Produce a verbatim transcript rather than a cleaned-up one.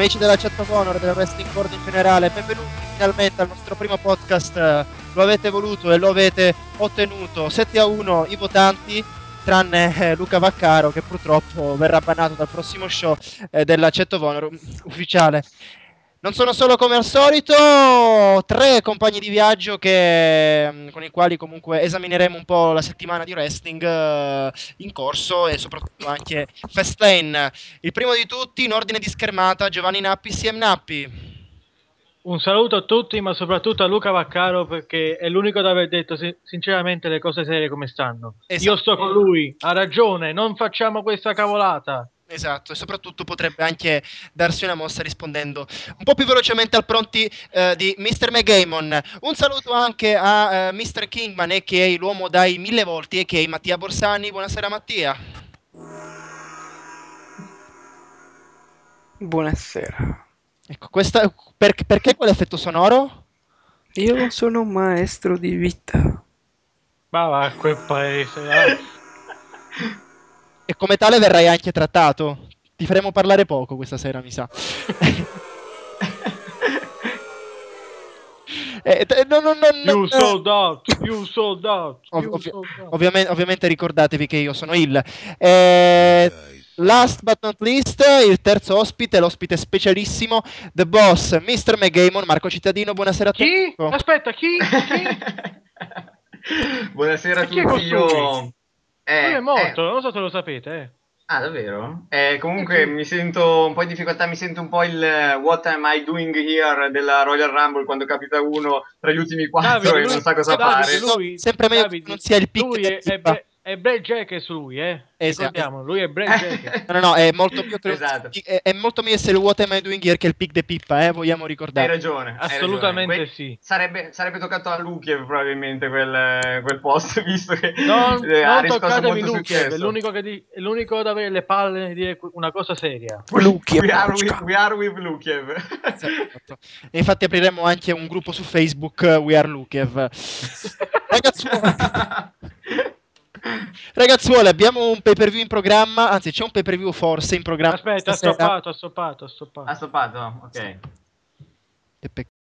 Amici della Chat of Honor, del Wrestling Board in generale, benvenuti finalmente al nostro primo podcast. Lo avete voluto e lo avete ottenuto. sette a uno i votanti, tranne eh, Luca Vaccaro, che purtroppo verrà bannato dal prossimo show eh, della Chat of Honor ufficiale. Non sono solo, come al solito, tre compagni di viaggio che, con i quali comunque esamineremo un po' la settimana di wrestling uh, in corso e soprattutto anche Fastlane. Il primo di tutti, in ordine di schermata, Giovanni Nappi, C M Nappi. Un saluto a tutti, ma soprattutto a Luca Vaccaro, perché è l'unico ad aver detto sinceramente le cose serie come stanno. Esatto. Io sto con lui, ha ragione, non facciamo questa cavolata. Esatto, e soprattutto potrebbe anche darsi una mossa rispondendo un po' più velocemente al pronti eh, di mister McGamon. Un saluto anche a eh, mister Kingman, a k a l'uomo dai mille volti, a k a Mattia Borsani. Buonasera Mattia. Buonasera. Ecco, questa, per, perché quell'effetto sonoro? Io sono un maestro di vita. Ma va a quel paese, va. E come tale verrai anche trattato. Ti faremo parlare poco questa sera, mi sa. eh, no, no, no, no, you sold out, you sold out, ov- you ovvi- sold out. Ovviamente, ovviamente ricordatevi che io sono il eh, last but not least, il terzo ospite, l'ospite specialissimo, The Boss, mister McGamon, Marco Cittadino. Buonasera a tutti. Chi? Aspetta, chi? chi? Buonasera a chi tutti. Io eh, lui è morto, eh. non so se lo sapete. Eh. Ah, davvero? Eh, comunque eh, sì. mi sento un po' in difficoltà, mi sento un po' il uh, what am I doing here della Royal Rumble quando capita uno tra gli ultimi quattro Davide, e lui, non sa cosa Davide, fare. Lui, sempre meglio Davide, che non sia il pick lui è, è, Bre- è Brad Jack su lui, eh? Esatto. Ricordiamo, lui è Brad Jack. No, no, no, è molto più esatto. è, è molto meglio essere il what am I doing here che il pick the Pippa, eh? Vogliamo ricordare. Hai ragione. Assolutamente hai ragione. sì. Sarebbe, sarebbe toccato a Lukiev probabilmente quel, quel post, visto che non, eh, ha non riscosso toccatemi molto Lukiev, successo. è l'unico, che di, è l'unico ad avere le palle di dire una cosa seria. Lukiev, we, are with, we are with Lukiev. Esatto. E infatti apriremo anche un gruppo su Facebook, We Are Lukiev. Ragazzuoli, Ragazzuoli, abbiamo un pay per view in programma, anzi c'è un pay per view forse in programma. Aspetta, ha stoppato, ha stoppato, ha stoppato. Ha stoppato, ok. Che peccato.